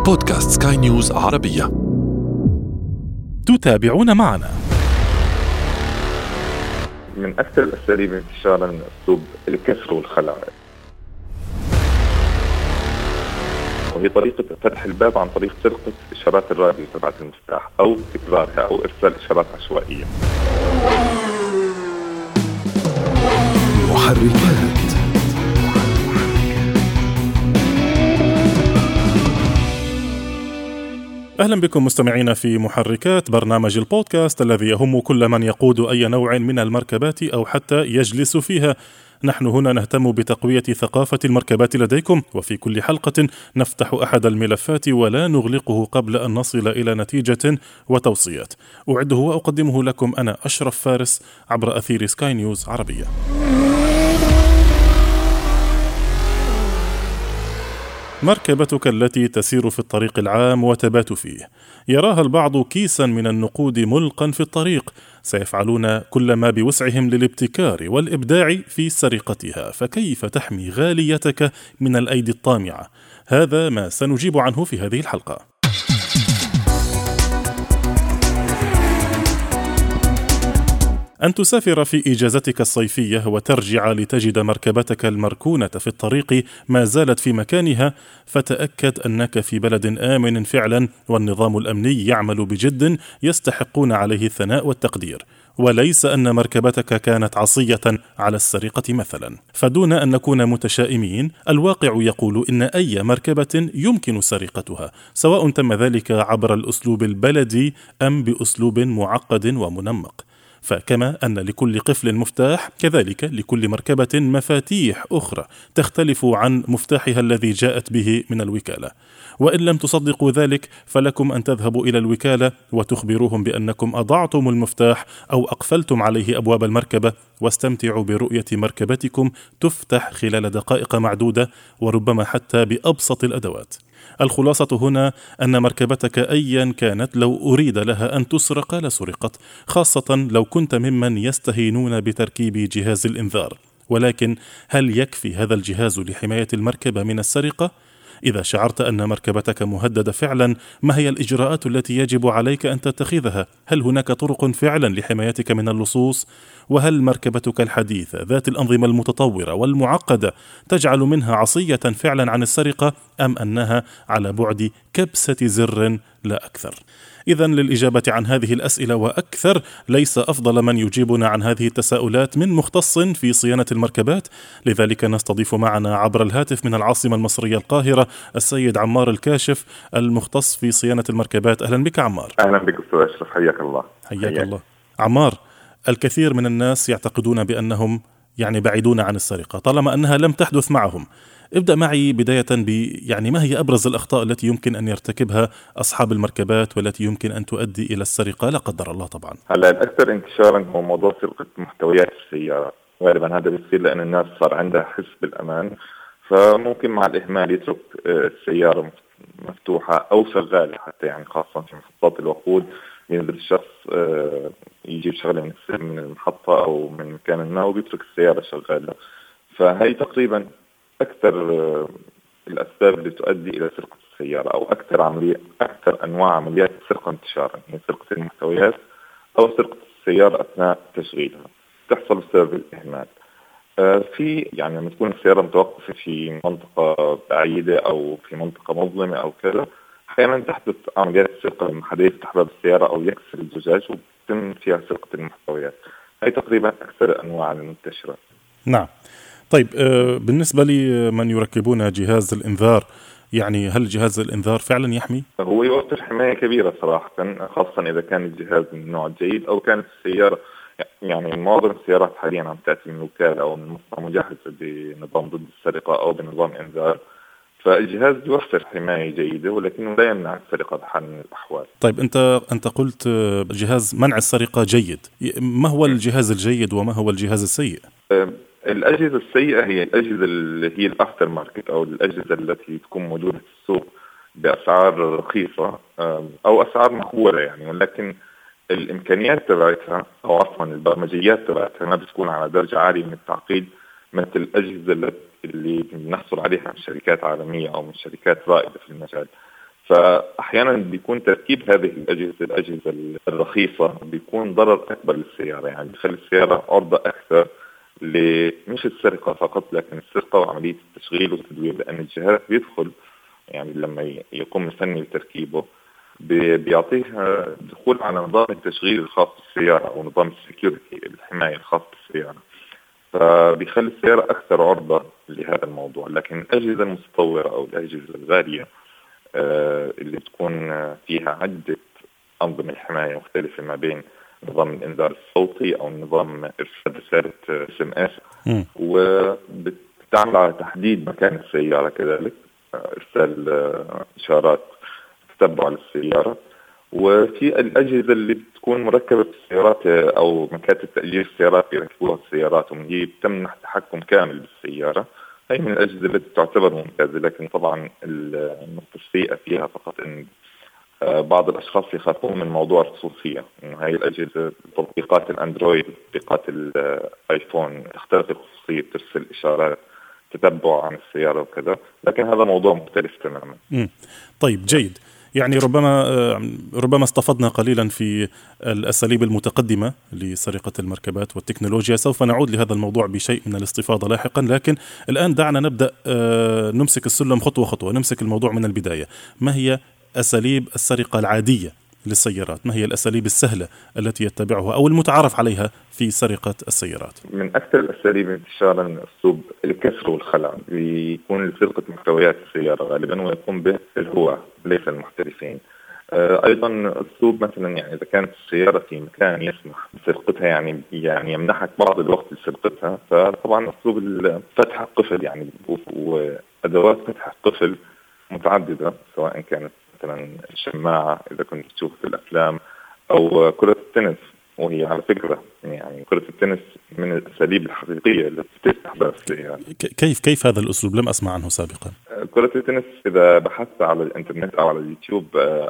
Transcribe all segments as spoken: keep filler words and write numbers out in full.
بودكاست سكاي نيوز عربية. تتابعون معنا. من أكثر الأساليب انتشارا من أسلوب الكسر والخلع، وهي طريقة فتح الباب عن طريق سرقة إشارات الراديو تبعت المفتاح أو تكرارها أو إرسال إشارات عشوائية. محركات. أهلا بكم مستمعين في محركات، برنامج البودكاست الذي يهم كل من يقود أي نوع من المركبات أو حتى يجلس فيها. نحن هنا نهتم بتقوية ثقافة المركبات لديكم، وفي كل حلقة نفتح أحد الملفات ولا نغلقه قبل أن نصل إلى نتيجة وتوصيات. أعده وأقدمه لكم أنا أشرف فارس عبر أثير سكاي نيوز عربية. مركبتك التي تسير في الطريق العام وتبات فيه، يراها البعض كيسا من النقود ملقا في الطريق، سيفعلون كل ما بوسعهم للابتكار والإبداع في سرقتها، فكيف تحمي غاليتك من الأيدي الطامعة؟ هذا ما سنجيب عنه في هذه الحلقة. أن تسافر في إجازتك الصيفية وترجع لتجد مركبتك المركونة في الطريق ما زالت في مكانها، فتأكد أنك في بلد آمن فعلا، والنظام الأمني يعمل بجد يستحقون عليه الثناء والتقدير، وليس أن مركبتك كانت عصية على السرقة مثلا. فدون أن نكون متشائمين، الواقع يقول إن أي مركبة يمكن سرقتها، سواء تم ذلك عبر الأسلوب البلدي أم بأسلوب معقد ومنمق. فكما أن لكل قفل مفتاح، كذلك لكل مركبة مفاتيح أخرى تختلف عن مفتاحها الذي جاءت به من الوكالة. وإن لم تصدقوا ذلك، فلكم أن تذهبوا إلى الوكالة وتخبروهم بأنكم أضعتم المفتاح أو أقفلتم عليه أبواب المركبة، واستمتعوا برؤية مركبتكم تفتح خلال دقائق معدودة، وربما حتى بأبسط الأدوات. الخلاصة هنا أن مركبتك أيا كانت لو أريد لها أن تسرق لسرقت، خاصة لو كنت ممن يستهينون بتركيب جهاز الإنذار. ولكن هل يكفي هذا الجهاز لحماية المركبة من السرقة؟ إذا شعرت أن مركبتك مهددة فعلا، ما هي الإجراءات التي يجب عليك أن تتخذها؟ هل هناك طرق فعلا لحمايتك من اللصوص؟ وهل مركبتك الحديثة ذات الأنظمة المتطورة والمعقدة تجعل منها عصية فعلا عن السرقة، أم أنها على بعد كبسة زر لا أكثر؟ إذن للإجابة عن هذه الأسئلة وأكثر، ليس أفضل من يجيبنا عن هذه التساؤلات من مختص في صيانة المركبات. لذلك نستضيف معنا عبر الهاتف من العاصمة المصرية القاهرة السيد عمار الكاشف، المختص في صيانة المركبات. أهلا بك عمار. أهلا بك أستاذ أشرف، حياك الله. حياك, حياك الله. عمار، الكثير من الناس يعتقدون بأنهم يعني بعيدون عن السرقة طالما أنها لم تحدث معهم. ابدأ معي بداية ب يعني ما هي أبرز الأخطاء التي يمكن أن يرتكبها أصحاب المركبات والتي يمكن أن تؤدي إلى السرقة لا قدر الله؟ طبعا هلا الأكثر انتشارا هو موضوع سرقة محتويات السيارة. غالبا هذا بيصير لأن الناس صار عندها حس بالأمان، فممكن مع الإهمال يترك السيارة مفتوحة أو شغالة حتى، يعني خاصة في محطات الوقود ينزل الشخص يجيب شغلة من من المحطة أو من مكان ما وبيترك السيارة شغالة. فهي تقريبا أكثر الأسباب اللي تؤدي إلى سرقة السيارة، أو أكثر عملية أكثر أنواع عمليات السرقة انتشارا، هي سرقة المحتويات أو سرقة السيارة أثناء تشغيلها، تحصل بسبب الإهمال. آه في يعني لما تكون السيارة متوقفة في منطقة بعيدة أو في منطقة مظلمة أو كذا، أحيانا تحدث عمليات السرقة لما حدا يفتح باب السيارة أو يكسر الزجاج وتتم فيها سرقة المحتويات. هي تقريبا أكثر أنواع المنتشرة. نعم. طيب، بالنسبة لي من يركبون جهاز الإنذار، يعني هل جهاز الإنذار فعلا يحمي؟ هو يوفر حماية كبيرة صراحة، خاصة إذا كان الجهاز من النوع الجيد أو كانت السيارة، يعني معظم السيارات حاليا عم تأتي من وكالة أو من مصنع مجهزة بنظام ضد السرقة أو بنظام إنذار، فالجهاز يوفر حماية جيدة ولكنه لا يمنع السرقة بحال من الأحوال. طيب، أنت أنت قلت جهاز منع السرقة جيد، ما هو الجهاز الجيد وما هو الجهاز السيء؟ الأجهزة السيئة هي الأجهزة اللي هي الأفتر ماركت أو الأجهزة التي تكون موجودة في السوق بأسعار رخيصة أو أسعار مقبولة يعني، ولكن الإمكانيات تبعتها أو عفوا البرمجيات تبعتها ما بتكون على درجة عالية من التعقيد مثل الأجهزة اللي بنحصل عليها من شركات عالمية أو من شركات رائدة في المجال. فأحيانا بيكون تركيب هذه الأجهزة الأجهزة الرخيصة بيكون ضرر أكبر للسيارة، يعني بيخلي السيارة عرضة أكثر مش السرقة فقط لكن السرقة وعملية التشغيل والتدوير، لأن الجهاز بيدخل يعني لما يقوم الفني بتركيبه بيعطيها دخول على نظام التشغيل الخاص بالسيارة أو نظام السيكيورتي الحماية الخاص بالسيارة، فبيخلي السيارة أكثر عرضة لهذا الموضوع. لكن الأجهزة المتطورة أو الأجهزة الغالية اللي بتكون فيها عدة أنظمة حماية مختلفة ما بين نظام الإنذار الصوتي أو نظام إرسال رسالة إس إم إس، وبتعمل على تحديد مكان السيارة، كذلك إرسال إشارات تتبع للسيارة. وفي الأجهزة اللي بتكون مركبة السيارات أو مكاتب تأجير السيارات يركبوها السيارات وهي بتمنح تحكم كامل بالسيارة، هي من الأجهزة التي تعتبر ممتازة. لكن طبعا النقطة السيئة فيها فقط أن بعض الأشخاص يخافون من موضوع الخصوصية، إنه هاي الأجهزة تطبيقات الأندرويد تطبيقات الآيفون تخترق الخصوصية، ترسل إشارات تتبع عن السيارة وكذا، لكن هذا موضوع مختلف تماما. م. طيب جيد، يعني ربما ربما استفضنا قليلا في الأساليب المتقدمة لسرقة المركبات والتكنولوجيا، سوف نعود لهذا الموضوع بشيء من الاستفاضة لاحقا، لكن الآن دعنا نبدأ نمسك السلم خطوة خطوة، نمسك الموضوع من البداية. ما هي أساليب السرقة العادية للسيارات؟ ما هي الأساليب السهلة التي يتبعها أو المتعارف عليها في سرقة السيارات؟ من أكثر الأساليب انتشارا أسلوب الكسر والخلع، بيكون لسرقة محتويات السيارة غالبا ويقوم به الهواة ليس المحترفين. أيضا أسلوب مثلا يعني إذا كانت السيارة في مكان يسمح بسرقتها، يعني يعني يمنحك بعض الوقت لسرقتها، فطبعا أسلوب فتح القفل، يعني وأدوات فتح القفل متعددة، سواء كانت مثلا شماعة إذا كنت تشوف في الأفلام، أو كرة التنس، وهي على فكرة يعني كرة التنس من الأساليب الحقيقية التي تفتح باب السيارة. كيف كيف هذا الأسلوب؟ لم أسمع عنه سابقا. كرة التنس إذا بحثت على الإنترنت أو على اليوتيوب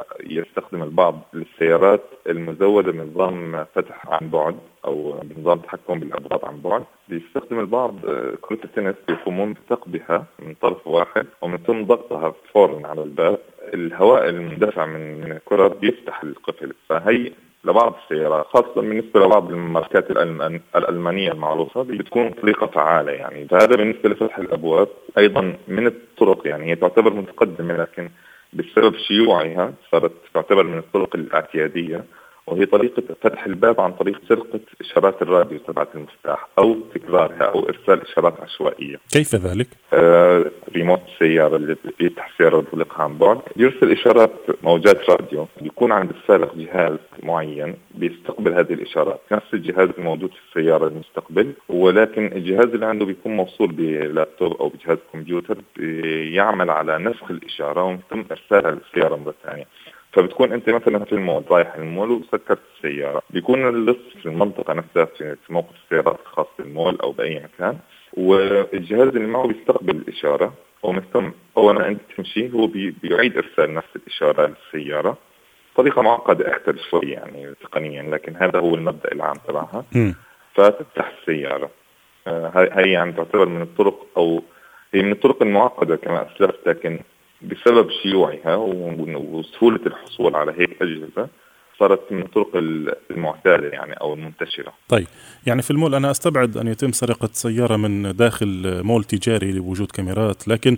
يستخدم البعض للسيارات المزودة بنظام فتح عن بعد أو بنظام تحكم بالأبراج عن بعد. بيستخدم البعض كرة التنس بيقومون بثقبها من طرف واحد ومن ثم ضغطها فورا على الباب، الهواء المندفع من الكرة بيفتح القفل. فهي لبعض السيارات خاصة بالنسبة لبعض الماركات الألمان الألمانية المعروفة بتكون طريقة فعالة يعني. فهذا بالنسبة لفتح الأبواب. أيضا من الطرق يعني هي تعتبر متقدمة، لكن بسبب شيوعها صارت تعتبر من الطرق الاعتيادية، وهي طريقة فتح الباب عن طريق سرقة إشارات الراديو تبعت المفتاح أو تكرارها أو إرسال إشارات عشوائية. كيف ذلك؟ آه ريموت السيارة اللي بيفتح السيارة ويطلقها عن بعد يرسل إشارات موجات راديو، بيكون عند السائق جهاز معين بيستقبل هذه الإشارات، نفس الجهاز الموجود في السيارة المستقبل، ولكن الجهاز اللي عنده بيكون موصول بلابتوب أو بجهاز كمبيوتر بيعمل على نسخ الإشارة ومن ثم إرسالها للسيارة مرة ثانية. فبتكون أنت مثلا في المول رايح المول وسكرت السيارة، بيكون اللص في المنطقة نفسها في موقف السيارات الخاص بالمول أو بأي مكان، والجهاز اللي معه بيستقبل الإشارة ومن ثم أول ما أنت تمشي هو بي بيعيد إرسال نفس الإشارة للسيارة. طريقة معقدة أكثر شوي يعني تقنيا، لكن هذا هو المبدأ العام تبعها. فتفتح السيارة. آه هي يعني تعتبر من الطرق أو هي من الطرق المعقدة كما أسلفت، لكن بسبب شيوعها وسهولة الحصول على هيك أجهزة صارت من الطرق المعتادة يعني أو المنتشرة. طيب يعني في المول أنا أستبعد أن يتم سرقة سيارة من داخل مول تجاري لوجود كاميرات، لكن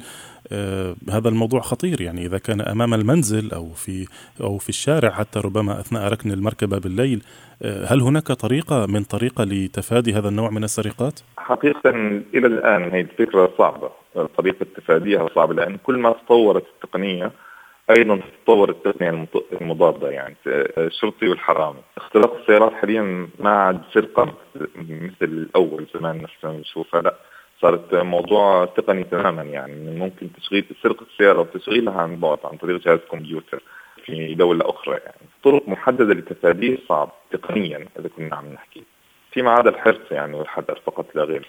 آه هذا الموضوع خطير يعني إذا كان أمام المنزل أو في أو في الشارع حتى ربما أثناء ركن المركبة بالليل. آه هل هناك طريقة من طريقة لتفادي هذا النوع من السرقات؟ حقيقة إلى الآن هي الفكرة صعبة، طريقة تفاديها صعبة، لأن كل ما تطورت التقنية أيضا تطور التقنية المضادة. يعني الشرطي والحرامي اختراق السيارات حاليا ما عاد سرقة مثل الأول زمان نحن نشوفها، لا صارت موضوع تقني تماما. يعني ممكن تشغيل سرقة السيارة وتشغيلها عن بعد عن طريق جهاز كمبيوتر في دولة أخرى. يعني طرق محددة لتفاديه صعب تقنيا إذا كنا عم نحكي، فيما عدا الحرص يعني والحذر فقط لا غير.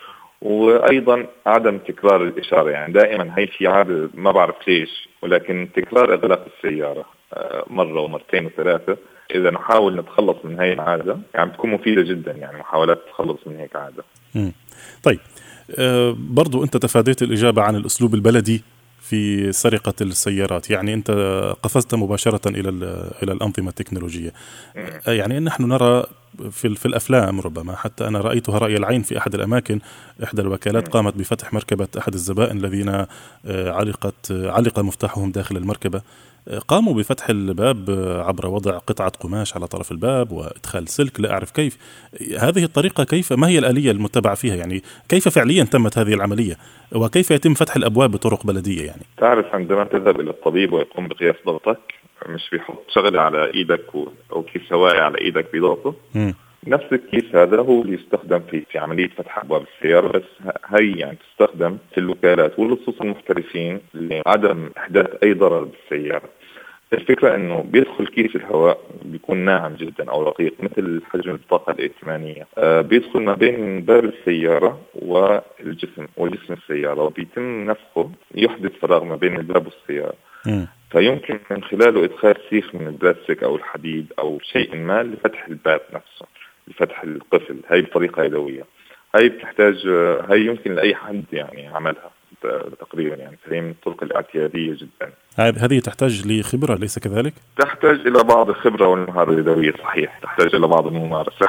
وأيضا عدم تكرار الإشارة، يعني دائما هي في عادة ما بعرف ليش، ولكن تكرار إغلاق السيارة مرة ومرتين وثلاثة إذا نحاول نتخلص من هاي العادة يعني بتكون مفيدة جدا، يعني محاولات تتخلص من هيك عادة. مم. طيب أه برضو أنت تفاديت الإجابة عن الأسلوب البلدي في سرقة السيارات. يعني أنت قفزت مباشرة إلى إلى الأنظمة التكنولوجية. يعني نحن نرى في في الأفلام، ربما حتى أنا رأيتها رأي العين في أحد الأماكن، إحدى الوكالات قامت بفتح مركبة أحد الزبائن الذين علقت علق مفتاحهم داخل المركبة، قاموا بفتح الباب عبر وضع قطعة قماش على طرف الباب وإدخال سلك، لا أعرف كيف هذه الطريقة، كيف ما هي الآلية المتبعة فيها؟ يعني كيف فعليا تمت هذه العملية، وكيف يتم فتح الأبواب بطرق بلدية؟ يعني تعرف عندما تذهب إلى الطبيب ويقوم بقياس ضغطك، مش بيحط شغلة على إيدك أو كيس هوائي على إيدك بضغطه، نفس الكيس هذا هو اللي يستخدم في في عملية فتح أبواب السيارة، بس هي يعني تستخدم في الوكالات واللصوص المحترفين لعدم إحداث أي ضرر بالسيارة. الفكرة إنه بيدخل كيس الهواء بيكون ناعم جدا أو رقيق مثل حجم البطاقة الائتمانية، آه بيدخل ما بين باب السيارة والجسم وجسم السيارة، وبيتم نفخه يحدث فراغ ما بين الباب والسيارة. م. فيمكن من خلاله إدخال سيخ من البلاستيك أو الحديد أو شيء ما لفتح الباب نفسه، لفتح القفل. هاي بطريقة يدوية، هاي بتحتاج هاي يمكن لأي حد يعني عملها تقريبا، يعني فهي من الطرق الاعتيادية جدا. هذه تحتاج لخبرة، ليس كذلك؟ تحتاج إلى بعض الخبرة والمهارة اليدوية، صحيح، تحتاج إلى بعض الممارسة.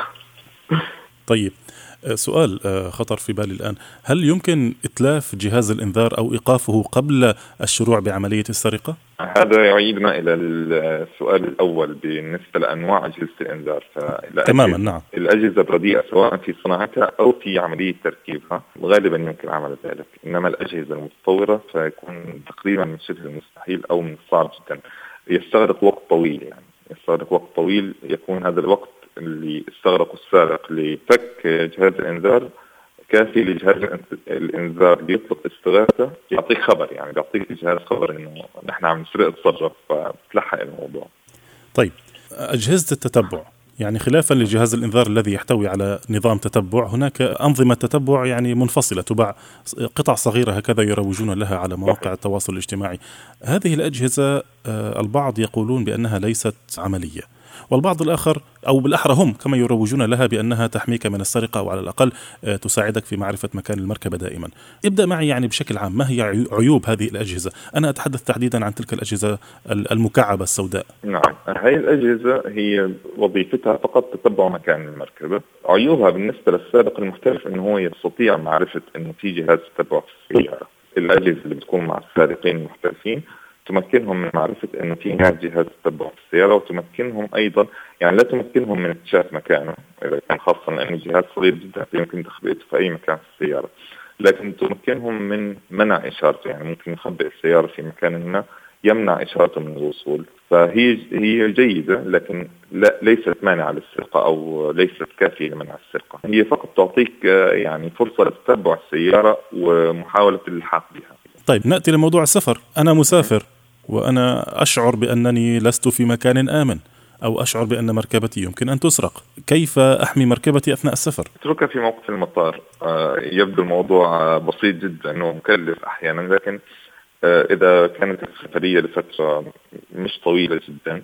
طيب، سؤال خطر في بالي الآن، هل يمكن إتلاف جهاز الإنذار أو إيقافه قبل الشروع بعملية السرقة؟ هذا يعيدنا إلى السؤال الأول بالنسبة لأنواع أجهزة الإنذار. تماما، نعم. الأجهزة الرديئة سواء في صناعتها أو في عملية تركيبها غالبا يمكن عمل ذلك، إنما الأجهزة المتطورة فيكون تقريبا من شبه المستحيل أو من الصعب جدا، يستغرق وقت طويل، يعني يستغرق وقت طويل يكون هذا الوقت اللي استغرق السارق لفك جهاز الإنذار كافي لجهاز الإنذار بيطلق استغاثة، يعطيك خبر، يعني بيعطيك الجهاز خبر إنه نحن عم نسرق تصرف، فتلحق الموضوع. طيب، أجهزة التتبع، يعني خلافا لجهاز الإنذار الذي يحتوي على نظام تتبع، هناك أنظمة تتبع يعني منفصلة تباع قطع صغيرة هكذا يروجون لها على مواقع التواصل الاجتماعي. هذه الأجهزة البعض يقولون بأنها ليست عملية، والبعض الآخر أو بالأحرى هم كما يروجون لها بأنها تحميك من السرقة، أو على الأقل تساعدك في معرفة مكان المركبة دائما. ابدأ معي يعني بشكل عام، ما هي عيوب هذه الأجهزة؟ أنا أتحدث تحديدا عن تلك الأجهزة المكعبة السوداء. نعم، هذه الأجهزة هي وظيفتها فقط تتبع مكان المركبة. عيوبها بالنسبة للسارق المحترف أنه هو يستطيع معرفة أنه في جهاز تتبع في السيارة. الأجهزة اللي بتكون مع السارقين المحترفين تمكنهم من معرفة أنه في جهاز تتبع في السيارة، وتمكنهم أيضا يعني لا تمكنهم من اكتشاف مكانه إذا كان، خاصة لأنه الجهاز صغير جدا يمكن تخبئته في أي مكان في السيارة، لكن تمكنهم من منع إشارته، يعني ممكن يخبئ السيارة في مكان ما يمنع إشارته من الوصول. فهي هي جيدة، لكن لا ليست مانعة للسرقة أو ليست كافية لمنع السرقة. هي فقط تعطيك يعني فرصة لتتبع السيارة ومحاولة الالحاق بها. طيب، نأتي لموضوع السفر. أنا مسافر وأنا أشعر بأنني لست في مكان آمن، أو أشعر بأن مركبتي يمكن أن تسرق، كيف أحمي مركبتي أثناء السفر؟ اتركها في موقف المطار. آه يبدو الموضوع بسيط جدا أنه مكلف أحيانا، لكن آه إذا كانت السفرية لفترة مش طويلة جدا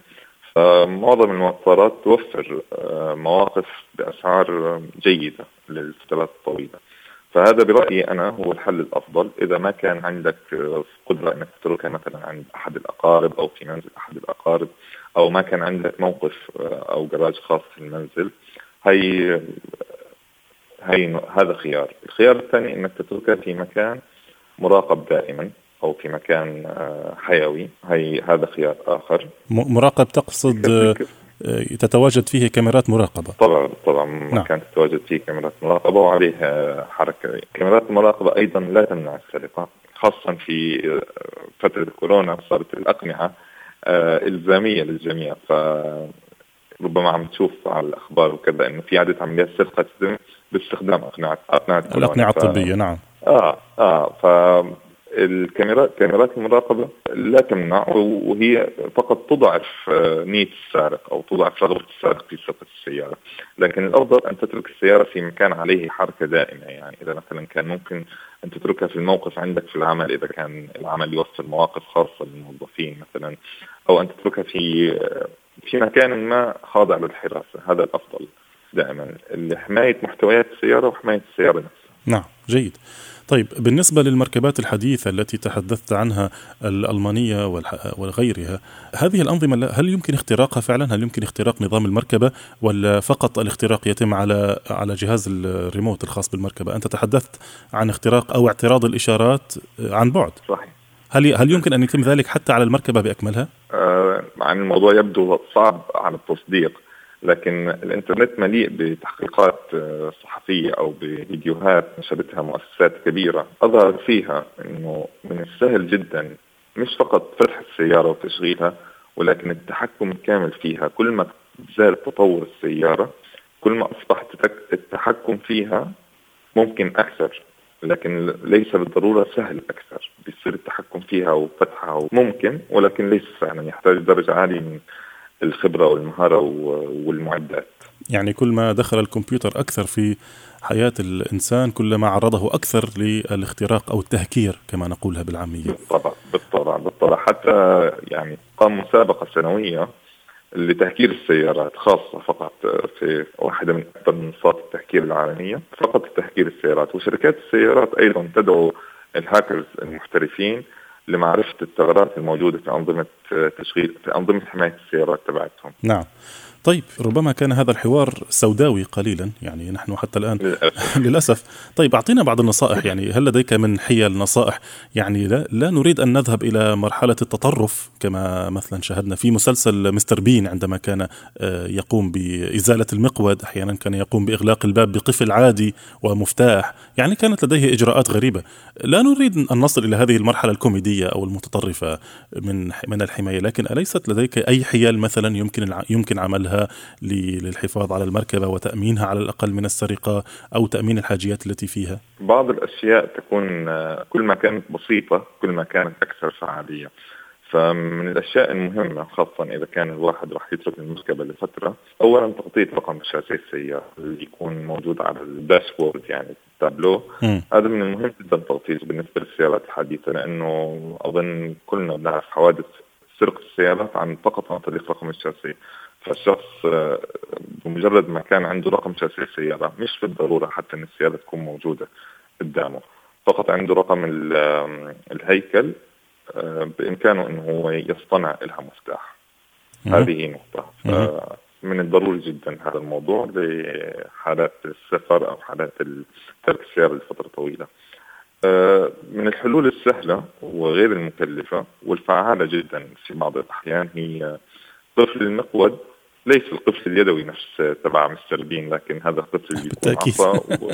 فمعظم المطارات توفر آه مواقف بأسعار جيدة للفترات الطويلة. فهذا برأيي أنا هو الحل الأفضل إذا ما كان عندك قدرة أنك تتركها مثلا عند أحد الأقارب أو في منزل أحد الأقارب، أو ما كان عندك موقف أو جراج خاص في المنزل. هي هي هذا خيار. الخيار الثاني أنك تتركها في مكان مراقب دائما أو في مكان حيوي. هي هذا خيار آخر. مراقب تقصد تتواجد فيه كاميرات مراقبة؟ طبعا طبعا مكان تتواجد فيه كاميرات مراقبة وعليها حركة. كاميرات المراقبة أيضا لا تمنع السرقة، خاصة في فترة كورونا صارت الأقنعة إلزامية للجميع، فربما عم تشوف على الأخبار وكذا إنه في عدة عمليات سرقة تتم باستخدام أقنعة أقنعة الأقنعة الطبية. نعم. آه آه ف الكاميرات كاميرات المراقبة لا تمنع، وهي فقط تضعف نية السارق أو تضعف رغبة السارق في سرقة السيارة. لكن الأفضل أن تترك السيارة في مكان عليه حركة دائمة. يعني إذا مثلا كان ممكن أن تتركها في الموقف عندك في العمل، إذا كان العمل يوفر مواقف خاصة للموظفين مثلا، أو أن تتركها في في مكان ما خاضع للحراسة. هذا الأفضل دائما لحماية محتويات السيارة وحماية السيارة نفسها. نعم، جيد. طيب بالنسبة للمركبات الحديثة التي تحدثت عنها الألمانية وغيرها، هذه الأنظمة هل يمكن اختراقها فعلا؟ هل يمكن اختراق نظام المركبة ولا فقط الاختراق يتم على على جهاز الريموت الخاص بالمركبة؟ أنت تحدثت عن اختراق أو اعتراض الإشارات عن بعد. صحيح. هل هل يمكن أن يتم ذلك حتى على المركبة بأكملها؟ آه عن الموضوع يبدو صعب على التصديق، لكن الإنترنت مليء بتحقيقات صحفية أو بفيديوهات نشرتها مؤسسات كبيرة أظهر فيها أنه من السهل جدا مش فقط فتح السيارة وتشغيلها، ولكن التحكم الكامل فيها. كل ما زاد تطور السيارة كل ما أصبح التحكم فيها ممكن أكثر، لكن ليس بالضرورة سهل أكثر. بيصير التحكم فيها وفتحها ممكن، ولكن ليس سهلا، يحتاج درجة عالية من الخبرة والمهارة والمعدات. يعني كل ما دخل الكمبيوتر أكثر في حياة الإنسان كلما عرضه أكثر للاختراق أو التهكير كما نقولها بالعامية. بالطبع بالطبع بالطبع. حتى يعني قام مسابقة سنوية لتهكير السيارات خاصة فقط في واحدة من أكبر منصات التهكير العالمية، فقط تهكير السيارات. وشركات السيارات أيضا تدعو الهاكرز المحترفين لمعرفة الثغرات الموجودة في أنظمة تشغيل في أنظمة حماية السيارات تبعتهم. نعم. طيب ربما كان هذا الحوار سوداوي قليلا، يعني نحن حتى الآن للأسف. للأسف. طيب أعطينا بعض النصائح، يعني هل لديك من حيل نصائح؟ يعني لا, لا نريد أن نذهب إلى مرحلة التطرف كما مثلا شاهدنا في مسلسل مستر بين عندما كان يقوم بإزالة المقود، أحيانا كان يقوم بإغلاق الباب بقفل عادي ومفتاح، يعني كانت لديه إجراءات غريبة. لا نريد أن نصل إلى هذه المرحلة الكوميدية أو المتطرفة من من الحماية، لكن أليست لديك أي حيل مثلا يمكن يمكن عملها للحفاظ على المركبة وتأمينها على الأقل من السرقة أو تأمين الحاجيات التي فيها؟ بعض الأشياء تكون كل ما كانت بسيطة كل ما كانت أكثر فعالية. فمن الأشياء المهمة خاصة إذا كان الواحد راح يترك المركبة لفترة، أولا تغطية رقم شاسية السيارة اللي يكون موجود على الداشبورد يعني التابلو. هذا من المهم جدا تغطيته بالنسبة للسيارات الحديثة، لأنه أظن كلنا بنعرف حوادث سرقة السيارات عن فقط عن طريق رقم الشاسية. فالشخص بمجرد ما كان عنده رقم شاسية السيارة مش بالضرورة حتى أن السيارة تكون موجودة قدامه، فقط عنده رقم الهيكل بإمكانه أنه هو يصطنع لها مفتاح. هذه نقطة. من الضروري جدا هذا الموضوع لحالات السفر أو حالات ترك السيارة لفترة طويلة. من الحلول السهلة وغير المكلفة والفعالة جدا في بعض الأحيان هي قفل المقود. ليس القفل اليدوي نفس تبع مستر بين، لكن هذا القفل اللي يكون عصا و...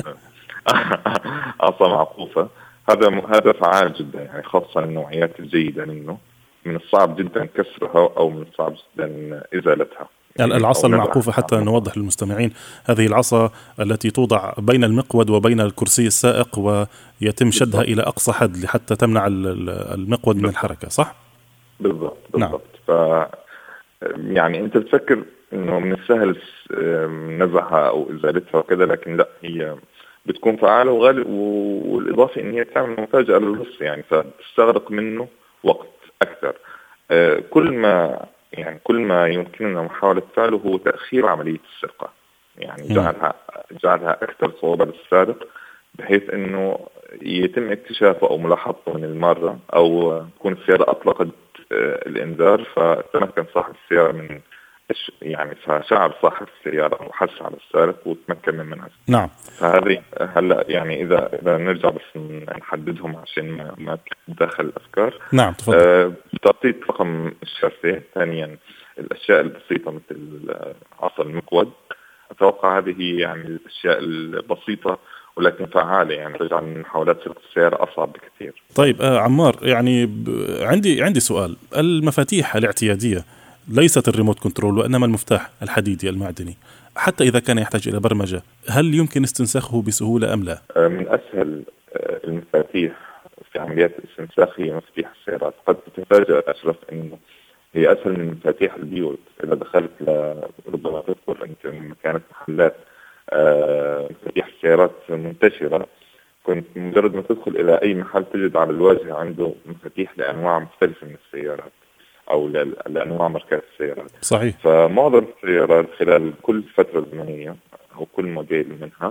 عصا معقوفة. هذا هذا فعال جدا، يعني خاصة النوعيات الجيدة منه من الصعب جدا كسرها أو من الصعب جدا إزالتها. يعني العصا المعقوفة حتى نوضح للمستمعين، هذه العصا التي توضع بين المقود وبين الكرسي السائق ويتم شدها إلى أقصى حد حتى تمنع المقود من الحركة، صح؟ بالضبط بالضبط. نعم. ف يعني أنت بتفكر إنه من السهل نزعها أو إزالتها وكذا، لكن لا، هي بتكون فعالة وغالب، والإضافة إن هي تعمل مفاجأة للص، يعني فتستغرق منه وقت أكثر. كل ما يعني كل ما يمكننا محاولة فعله هو تأخير عملية السرقة، يعني جعلها جعلها أكثر صعوبة للسارق بحيث إنه يتم اكتشافه أو ملاحظته من المرة، أو تكون السيارة أطلقت الإنذار فتمكن صاحب السيارة من يعني فشعر صاحب السيارة وحس على السارق وتمكن من منعه. نعم. فهذه هلا يعني إذا إذا نرجع بس نحددهم عشان ما ما تدخل الأفكار. نعم تفضل. آه تغطية رقم الشاسية. ثانيا الأشياء البسيطة مثل عصا المقود. أتوقع هذه هي يعني الأشياء البسيطة ولكن فعالة، يعني تجعل من محاولات سرقة السيارة أصعب بكثير. طيب آه عمار، يعني عندي عندي سؤال. المفاتيح الاعتيادية ليست الريموت كنترول وإنما المفتاح الحديدي المعدني، حتى إذا كان يحتاج إلى برمجة، هل يمكن استنساخه بسهولة أم لا؟ من أسهل المفاتيح في عمليات الاستنساخ هي مفاتيح السيارات. قد تتفاجأ أشرف إنه هي أسهل من مفاتيح البيوت. إذا دخلت ربما تذكر أنت مكانة محلات مفاتيح السيارات منتشرة، كنت مجرد ما تدخل إلى أي محل تجد على الواجهة عنده مفاتيح لأنواع مختلفة من السيارات أو لأنواع ماركات السيارات. صحيح. فمعظم السيارات خلال كل فترة زمنية أو كل موديل منها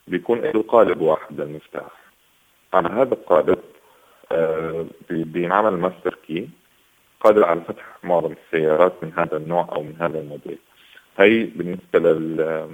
بيكون له قالب واحد للمفتاح. على هذا القالب آه بينعمل ماستر كي قادر على فتح معظم السيارات من هذا النوع أو من هذا الموديل. هي بالنسبة لل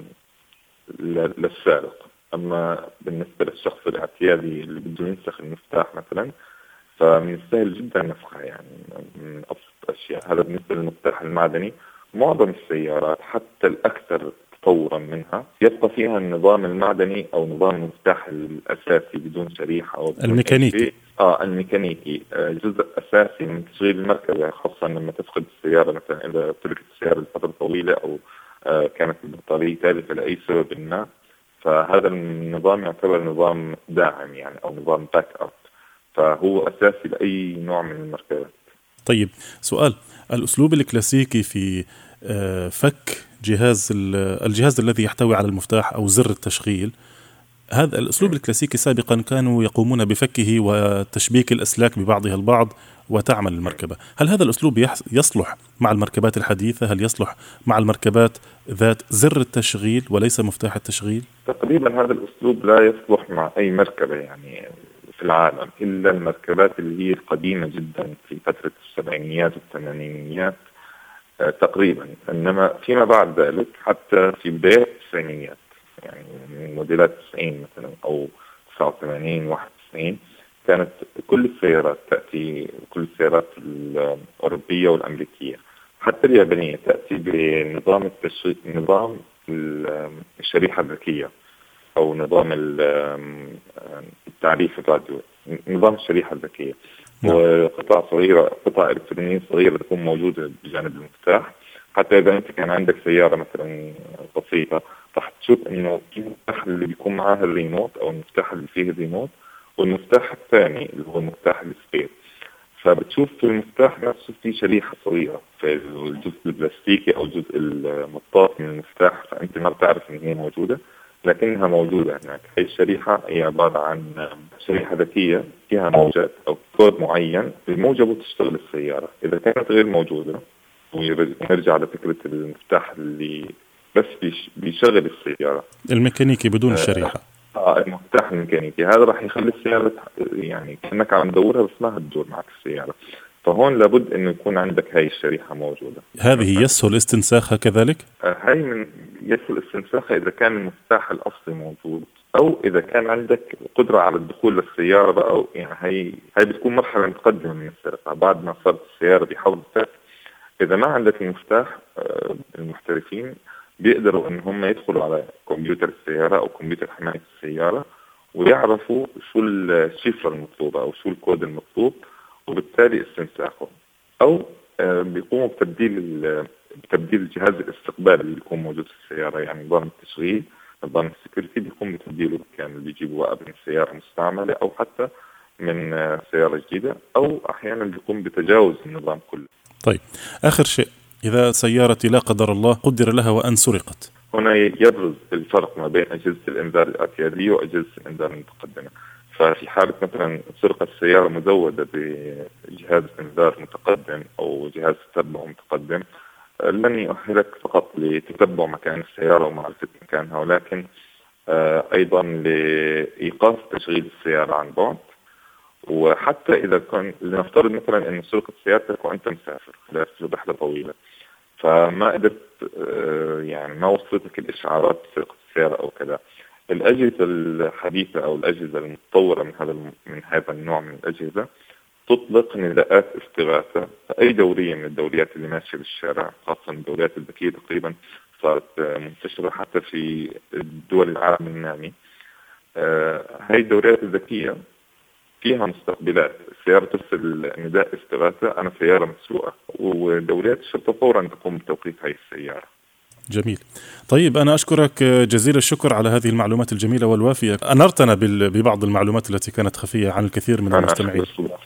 للسائق. أما بالنسبة للشخص الاعتيادي اللي بده ينسخ المفتاح مثلا، فمن السهل جدا نسخها، يعني من أبسط الأشياء. هذا بالنسبة للمفتاح المعدني. معظم السيارات حتى الأكثر تطورا منها يبقى فيها النظام المعدني أو نظام المفتاح الأساسي بدون شريحة أو الميكانيكي. آه الميكانيكي جزء أساسي من تشغيل المركبة، خاصة لما تفقد السيارة مثلا إذا تركت السيارة لفترة طويلة أو آه كانت البطارية تالفة لأي سبب ما. فهذا النظام يعتبر نظام داعم يعني أو نظام باك أب، فهو أساسي لأي نوع من المركبات. طيب سؤال، الأسلوب الكلاسيكي في فك جهاز الجهاز الذي يحتوي على المفتاح أو زر التشغيل، هذا الأسلوب الكلاسيكي سابقا كانوا يقومون بفكه وتشبيك الأسلاك ببعضها البعض وتعمل المركبة. هل هذا الأسلوب يصلح مع المركبات الحديثة؟ هل يصلح مع المركبات ذات زر التشغيل وليس مفتاح التشغيل؟ تقريبا هذا الأسلوب لا يصلح مع أي مركبة يعني في العالم، إلا المركبات اللي هي القديمة جدا في فترة السبعينيات والثمانينيات تقريبا. إنما فيما بعد ذلك حتى في بداية التسعينيات، يعني من موديلات تسعين مثلا أو تسعة وثمانين واحد وتسعين، كانت كل السيارات تأتي، كل السيارات الأوروبية والأمريكية حتى اليابانية تأتي بنظام التشغيل، نظام الشريحة الذكية أو نظام التعريف الراديو، نظام الشريحة الذكية. وقطع صغيرة، قطع إلكترونية صغيرة تكون موجودة بجانب المفتاح. حتى إذا أنت كان عندك سيارة مثلا بسيطة راح تشوف إنه المفتاح اللي بيكون معها الريموت أو المفتاح اللي فيه الريموت والمفتاح الثاني اللي هو المفتاح السبير، فبتشوف في المفتاح نفسه في شريحة صغيرة في الجزء البلاستيكي أو الجزء المطاط من المفتاح، فأنت ما بتعرف إن هي موجودة لكنها موجودة هناك. هي الشريحة هي عبارة عن شريحة ذكية فيها موجات أو كود معين بموجبه تشتغل السيارة. إذا كانت غير موجودة، ونرجع لفكرة المفتاح اللي بس بيشغل السيارة الميكانيكي بدون الشريحة، آه المفتاح الميكانيكي، هذا راح يخلي السيارة يعني كأنك عم تدورها بس ما هتدور معك السيارة. فهون لابد إنه يكون عندك هاي الشريحة موجودة. هذه يسهل استنساخها كذلك؟ آه هاي من يسهل استنساخها إذا كان المفتاح الأصلي موجود، أو إذا كان عندك قدرة على الدخول للسيارة بقى، أو يعني هاي هاي بتكون مرحلة متقدمة من السرقة بعد ما صارت السيارة بحوض الفك. إذا ما عندك المفتاح، آه المحترفين بيقدروا إن هم يدخلوا على كمبيوتر السيارة أو كمبيوتر حماية السيارة ويعرفوا شو الشفرة المطلوبة أو شو الكود المطلوب، وبالتالي استنساخه. أو آه بيقوموا بتبديل بتبديل جهاز الاستقبال اللي يكون موجود في السيارة، يعني نظام التشغيل، نظام السكيورتي بيقوم بتبديله بالكامل، بيجيبوا بقى من سيارة مستعملة أو حتى من آه سيارة جديدة، أو أحيانا بيقوم بتجاوز النظام كله. طيب آخر شيء، إذا سيارتي لا قدر الله قدر لها وأن سرقت، هنا يبرز الفرق ما بين أجهزة الإنذار الاعتيادية وأجهزة الإنذار المتقدمة. ففي حالة مثلا سرقة السيارة مزودة بجهاز إنذار متقدم أو جهاز تتبع متقدم، لن يؤهلك فقط لتتبع مكان السيارة ومعرفة مكانها، ولكن أيضا لإيقاف تشغيل السيارة عن بعد. وحتى إذا كان لنفترض مثلا أن سرقة سيارتك وأنت مسافر خلال رحلة طويلة، فما قدرت يعني ما وصلتك الإشعارات سرقة السيارة أو كذا، الأجهزة الحديثة أو الأجهزة المتطورة من هذا من هذا النوع من الأجهزة تطلق نداءات استغاثة. أي دورية من الدوريات اللي ماشية بالشارع، خاصة الدوريات الذكية تقريبا صارت منتشرة حتى في الدول العالم النامي. هاي الدوريات الذكية فيها مستقبلات، السيارة ترسل نداء استغاثة أنا سيارة مسروقة، ودوريات الشرطة فورا تقوم بتوقيف هاي السيارة. جميل. طيب أنا أشكرك جزيل الشكر على هذه المعلومات الجميلة والوافية، أنرتنا ببعض المعلومات التي كانت خفية عن الكثير من المستمعين.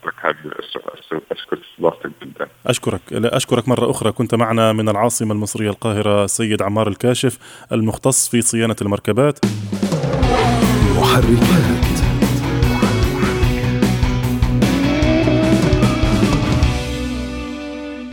أشكرك صداقتك جدا. أشكرك أشكرك مرة أخرى. كنت معنا من العاصمة المصرية القاهرة سيد عمار الكاشف المختص في صيانة المركبات. محركات.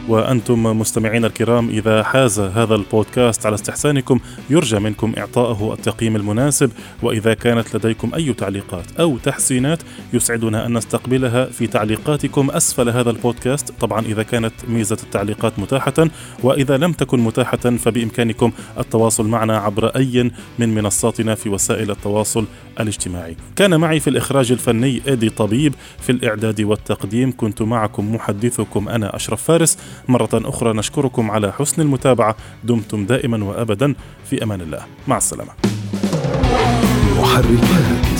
وأنتم مستمعين الكرام إذا حاز هذا البودكاست على استحسانكم يرجى منكم إعطائه التقييم المناسب، وإذا كانت لديكم أي تعليقات أو تحسينات يسعدنا أن نستقبلها في تعليقاتكم أسفل هذا البودكاست، طبعا إذا كانت ميزة التعليقات متاحة، وإذا لم تكن متاحة فبإمكانكم التواصل معنا عبر أي من منصاتنا في وسائل التواصل الاجتماعي. كان معي في الإخراج الفني إيدي طبيب، في الإعداد والتقديم كنت معكم محدثكم أنا أشرف فارس. مرة أخرى نشكركم على حسن المتابعة، دمتم دائما وأبدا في أمان الله، مع السلامة. محركات